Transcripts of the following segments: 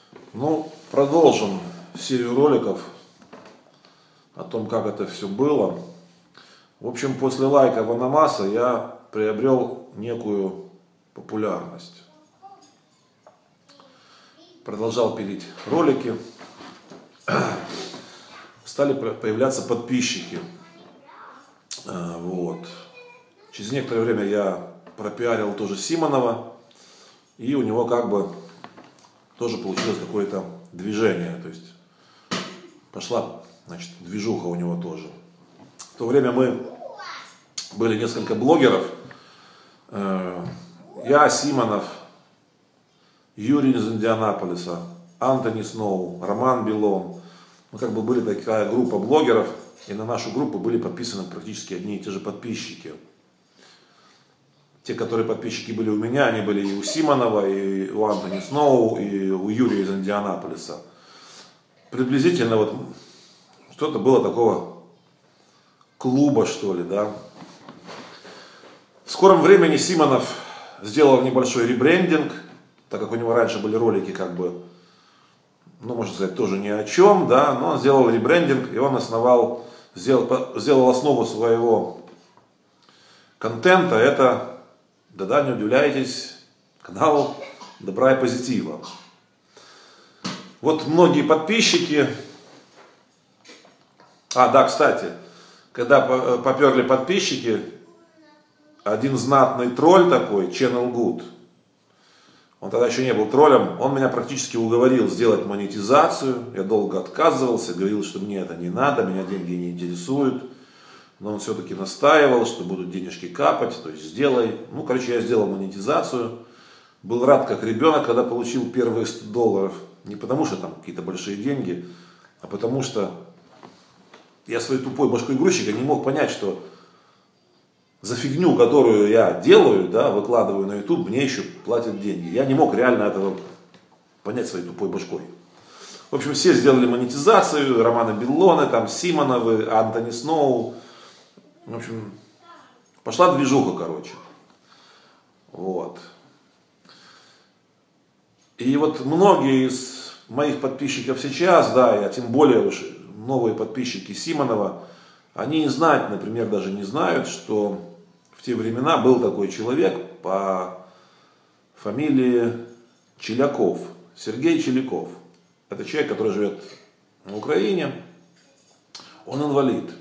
Ну, продолжим серию роликов о том, как это все было. В общем, после лайка Ванамаса я приобрел некую популярность. Продолжал пилить ролики. Стали появляться подписчики. Вот. Через некоторое время я пропиарил тоже Симонова. И у него как бы тоже получилось какое-то движение. То есть пошла, значит, движуха у него тоже. В то время мы были несколько блогеров. Я, Симонов, Юрий из Индианаполиса, Антони Сноу, Роман Белон. Мы как бы были такая группа блогеров, и на нашу группу были подписаны практически одни и те же подписчики. Те, которые подписчики были у меня, они были и у Симонова, и у Антони Сноу, и у Юрия из Индианаполиса. Приблизительно вот что-то было такого клуба, что ли, да. В скором времени Симонов сделал небольшой ребрендинг, так как у него раньше были ролики как бы, ну, можно сказать, тоже ни о чем, да, но он сделал ребрендинг, и он сделал основу своего контента, это, да-да, не удивляйтесь, канал Добра и Позитива. Вот многие подписчики, да, кстати, когда поперли подписчики, один знатный тролль такой, Channel Good, он тогда еще не был троллем, он меня практически уговорил сделать монетизацию. Я долго отказывался, говорил, что мне это не надо, меня деньги не интересуют. Но он все-таки настаивал, что будут денежки капать, то есть сделай. Ну, короче, я сделал монетизацию. Был рад как ребенок, когда получил первые $100. Не потому что там какие-то большие деньги, а потому что я своей тупой башкой грузчика не мог понять, что за фигню, которую я делаю, да, выкладываю на YouTube, мне еще платят деньги. Я не мог реально этого понять своей тупой башкой. В общем, все сделали монетизацию, Романа Беллоны, там Симоновы, Антони Сноу. В общем, пошла движуха, короче. Вот. И вот многие из моих подписчиков сейчас, да, тем более уж новые подписчики Симонова, они не знают, например, даже не знают, что в те времена был такой человек по фамилии Челяков, Сергей Челяков. Это человек, который живет в Украине, он инвалид.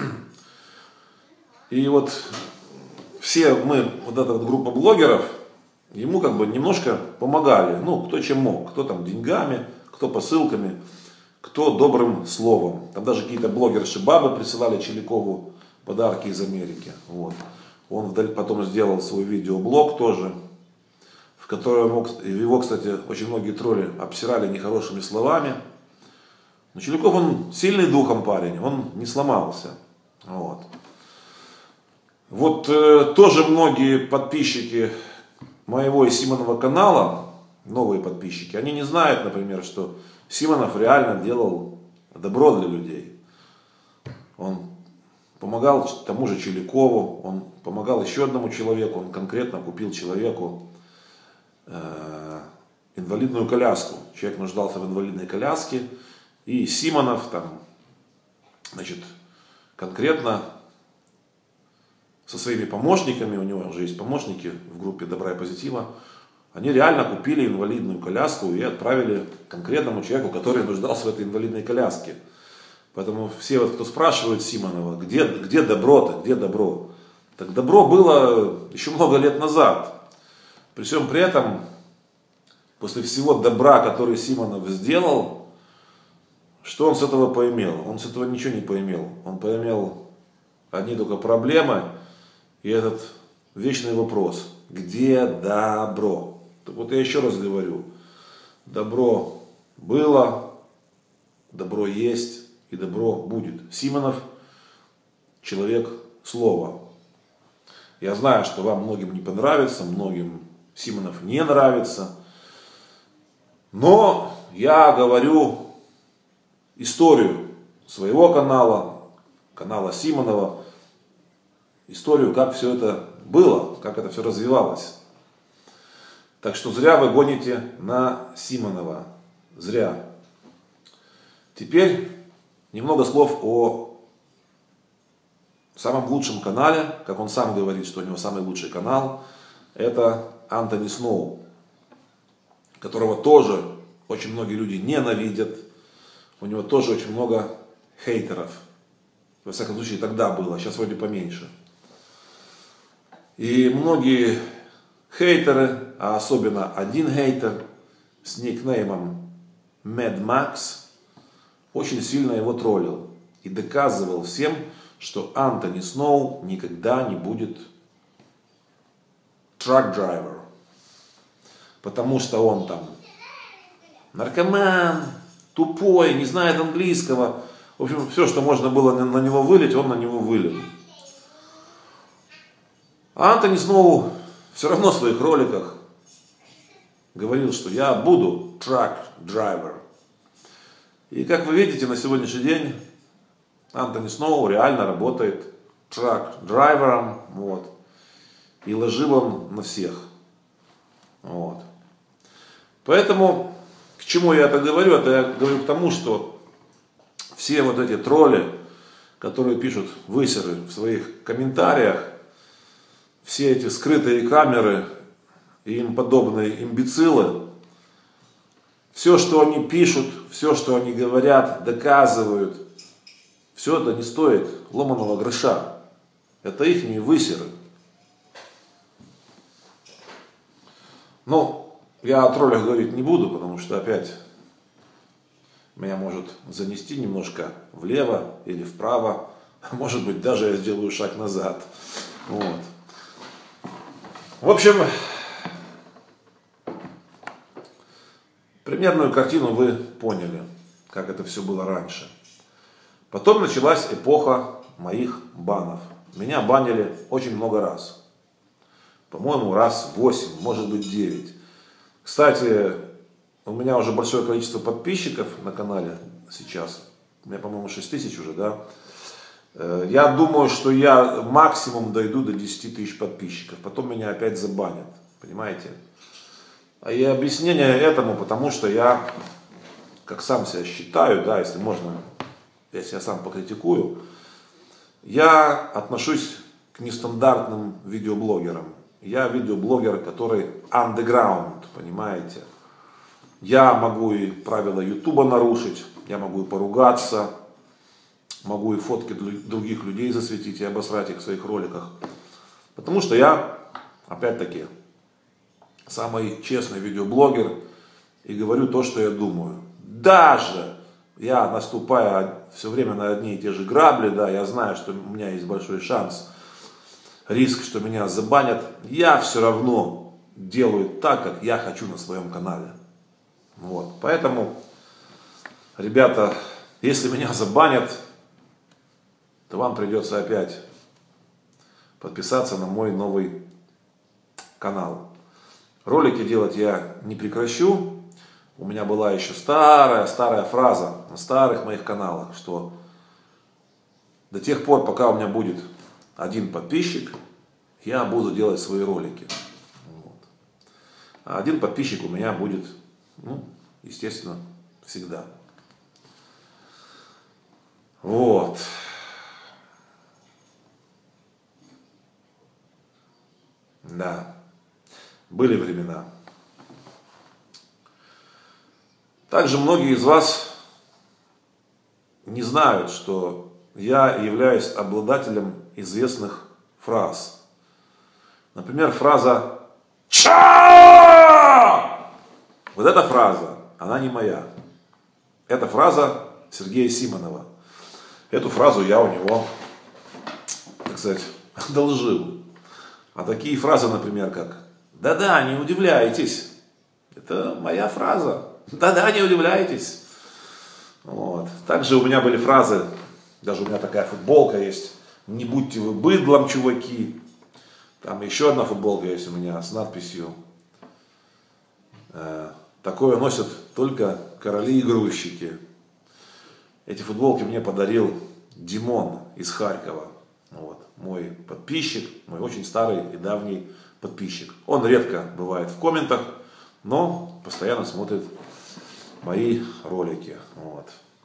И вот все мы, вот эта вот группа блогеров, ему как бы немножко помогали, ну, кто чем мог, кто там деньгами, кто посылками, кто добрым словом. Там даже какие-то блогерши-бабы присылали Челякову подарки из Америки. Вот. Он потом сделал свой видеоблог тоже, в котором его, кстати, очень многие тролли обсирали нехорошими словами. Но Челяков, он сильный духом парень, он не сломался. Вот. Вот тоже многие подписчики моего и Симонова канала, новые подписчики, они не знают, например, что Симонов реально делал добро для людей. Он помогал тому же Челякову, он помогал еще одному человеку, он конкретно купил человеку инвалидную коляску. Человек нуждался в инвалидной коляске, и Симонов там, значит, конкретно со своими помощниками, у него уже есть помощники в группе Добра и Позитива, они реально купили инвалидную коляску и отправили конкретному человеку, который нуждался в этой инвалидной коляске. Поэтому все, вот, кто спрашивают Симонова, где добро-то, где добро? Так добро было еще много лет назад. При всем при этом, после всего добра, который Симонов сделал, что он с этого поимел? Он с этого ничего не поимел. Он поимел одни только проблемы и этот вечный вопрос. Где добро? Вот я еще раз говорю. Добро было, добро есть и добро будет. Симонов человек слова. Я знаю, что вам многим не понравится, многим Симонов не нравится. Но я говорю историю своего канала, канала Симонова, историю, как все это было, как это все развивалось. Так что зря вы гоните на Симонова. зря. Теперь немного слов о самом лучшем канале, как он сам говорит, что у него самый лучший канал, это Антони Сноу, которого тоже очень многие люди ненавидят, у него тоже очень много хейтеров. Во всяком случае, тогда было, сейчас вроде поменьше. И многие хейтеры, а особенно один хейтер с никнеймом Mad Max, очень сильно его троллил и доказывал всем, что Антони Сноу никогда не будет трак-драйвер. Потому что он там наркоман, тупой, не знает английского. В общем, все, что можно было на него вылить, он на него вылил. А Антони Сноу все равно в своих роликах говорил, что я буду трак-драйвер. И как вы видите, на сегодняшний день Антони Сноу реально работает трак-драйвером. Вот. И ложил он на всех. Вот. Поэтому, к чему я это говорю? Это я говорю к тому, что все вот эти тролли, которые пишут высеры в своих комментариях, все эти скрытые камеры и им подобные имбецилы, все, что они пишут, все, что они говорят, доказывают, все это не стоит ломаного гроша. Это ихние высеры. Но я о троллях говорить не буду, потому что опять меня может занести немножко влево или вправо. Может быть, даже я сделаю шаг назад. Вот. В общем, примерную картину вы поняли, как это все было раньше. Потом началась эпоха моих банов. Меня банили очень много раз. По-моему, раз 8, может быть 9. Кстати, у меня уже большое количество подписчиков на канале сейчас. У меня, по-моему, 6000 уже, да. Я думаю, что я максимум дойду до 10 тысяч подписчиков. Потом меня опять забанят. Понимаете? И объяснение этому, потому что я, как сам себя считаю, да, если можно, если я сам покритикую, я отношусь к нестандартным видеоблогерам. Я видеоблогер, который underground, понимаете? Я могу и правила Ютуба нарушить, я могу и поругаться, могу и фотки других людей засветить и обосрать их в своих роликах. Потому что я, опять-таки, самый честный видеоблогер и говорю то, что я думаю. Даже я наступаю все время на одни и те же грабли, да, я знаю, что у меня есть большой шанс, риск, что меня забанят, я все равно делаю так, как я хочу на своем канале. Вот. Поэтому, ребята, если меня забанят, то вам придется опять подписаться на мой новый канал. Ролики делать я не прекращу. У меня была еще старая фраза на старых моих каналах, что до тех пор, пока у меня будет один подписчик, я буду делать свои ролики. Вот. А один подписчик у меня будет, ну, естественно, всегда. Вот. Да. Были времена. Также многие из вас не знают, что я являюсь обладателем известных фраз. Например, фраза «Ча!». Вот эта фраза, она не моя. Это фраза Сергея Симонова. Эту фразу я у него, так сказать, одолжил. А такие фразы, например, как «Да-да, не удивляйтесь». Это моя фраза. «Да-да, не удивляйтесь». Вот. Также у меня были фразы, даже у меня такая футболка есть: «Не будьте вы быдлом, чуваки». Там еще одна футболка есть у меня с надписью «Такое носят только короли и грузчики». Эти футболки мне подарил Димон из Харькова. Вот. Мой подписчик, мой очень старый и давний подписчик. Он редко бывает в комментах, но постоянно смотрит мои ролики. Вот.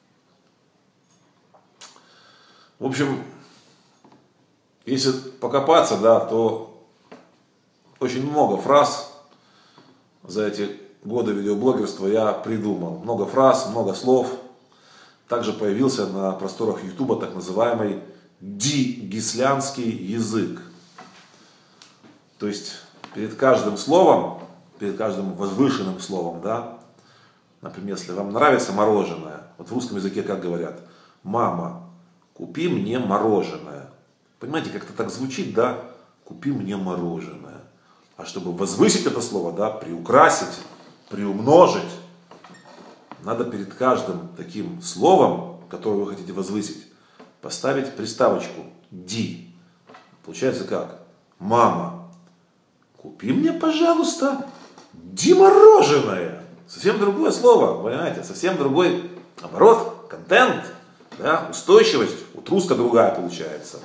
В общем, если покопаться, да, то очень много фраз за эти годы видеоблогерства я придумал. Много фраз, много слов. Также появился на просторах Ютуба так называемый дигислянский язык. То есть перед каждым словом, перед каждым возвышенным словом, да, например, если вам нравится мороженое, вот в русском языке как говорят: мама, купи мне мороженое. Понимаете, как-то так звучит, да? Купи мне мороженое. А чтобы возвысить это слово, да, приукрасить, приумножить, надо перед каждым таким словом, которое вы хотите возвысить, поставить приставочку «ди». Получается как? Мама, купи мне, пожалуйста, «ди» мороженое. Совсем другое слово, понимаете? Совсем другой оборот, контент, да? Устойчивость у Труска другая получается.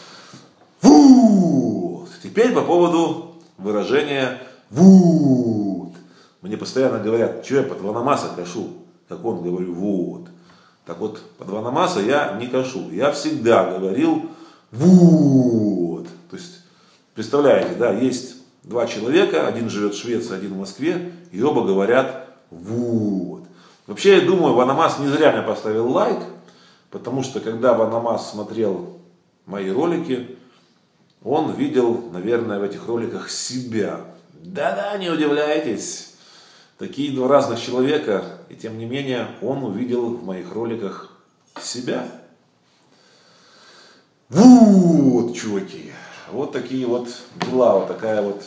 Вот. Теперь по поводу выражения «вот». Мне постоянно говорят, что я под Ванамаса кашу, как он, говорю «вот». Так вот, под Ванамаса я не кашу, я всегда говорил «вот». То есть, представляете, да, есть два человека, один живет в Швеции, один в Москве, и оба говорят «вот». Вообще, я думаю, Ванамас не зря мне поставил лайк, потому что, когда Ванамас смотрел мои ролики, он видел, наверное, в этих роликах себя. Да-да, не удивляйтесь. Такие два разных человека, и тем не менее, он увидел в моих роликах себя. Вот, чуваки. Вот такие вот дела, вот такая вот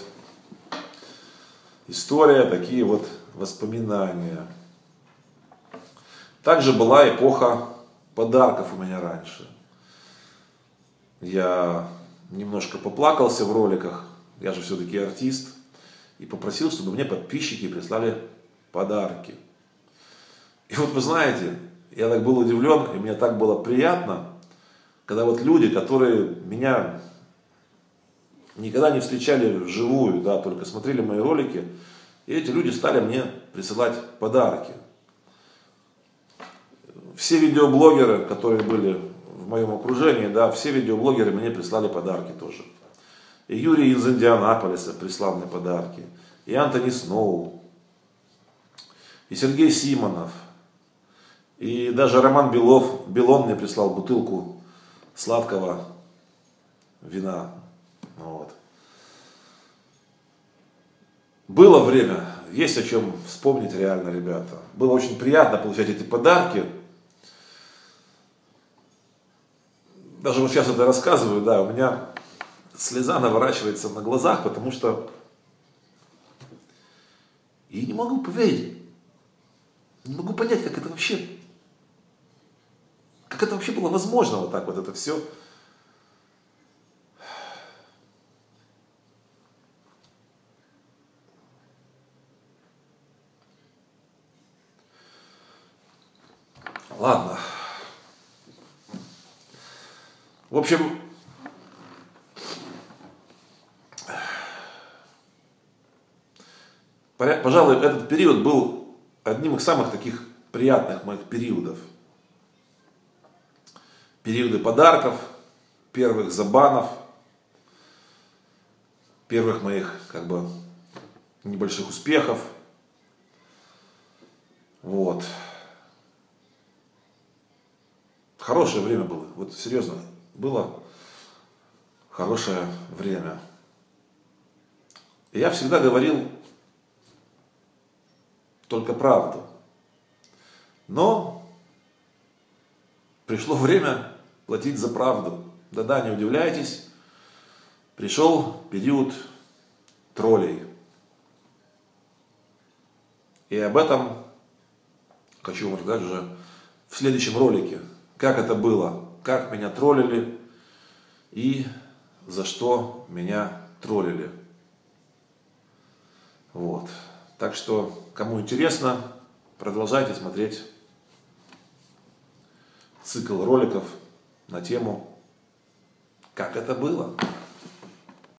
история, такие вот воспоминания. Также была эпоха подарков у меня раньше. Я немножко поплакался в роликах, я же все-таки артист, и попросил, чтобы мне подписчики прислали подарки. И вот вы знаете, я так был удивлен, и мне так было приятно, когда вот люди, которые меня никогда не встречали вживую, да, только смотрели мои ролики, и эти люди стали мне присылать подарки. Все видеоблогеры, которые были в моем окружении, да, все видеоблогеры мне прислали подарки тоже. И Юрий из Индианаполиса прислал мне подарки, и Антони Сноу, и Сергей Симонов, и даже Роман Белон мне прислал бутылку сладкого вина. Вот. Было время, есть о чем вспомнить реально, ребята. Было очень приятно получать эти подарки. Даже вот сейчас это рассказываю, да, у меня слеза наворачивается на глазах, потому что я не могу поверить, не могу понять, как это вообще было возможно, вот так вот это все. Ладно. В общем, пожалуй, этот период был одним из самых таких приятных моих периодов. Периоды подарков, первых забанов, первых моих, как бы, небольших успехов. Вот. Хорошее время было. Вот серьезно, было хорошее время. И я всегда говорил только правду. Но пришло время платить за правду. Да-да, не удивляйтесь. Пришел период троллей. И об этом хочу вам рассказать уже в следующем ролике. Как это было, как меня троллили и за что меня троллили. Вот. Так что, кому интересно, продолжайте смотреть цикл роликов на тему «Как это было?».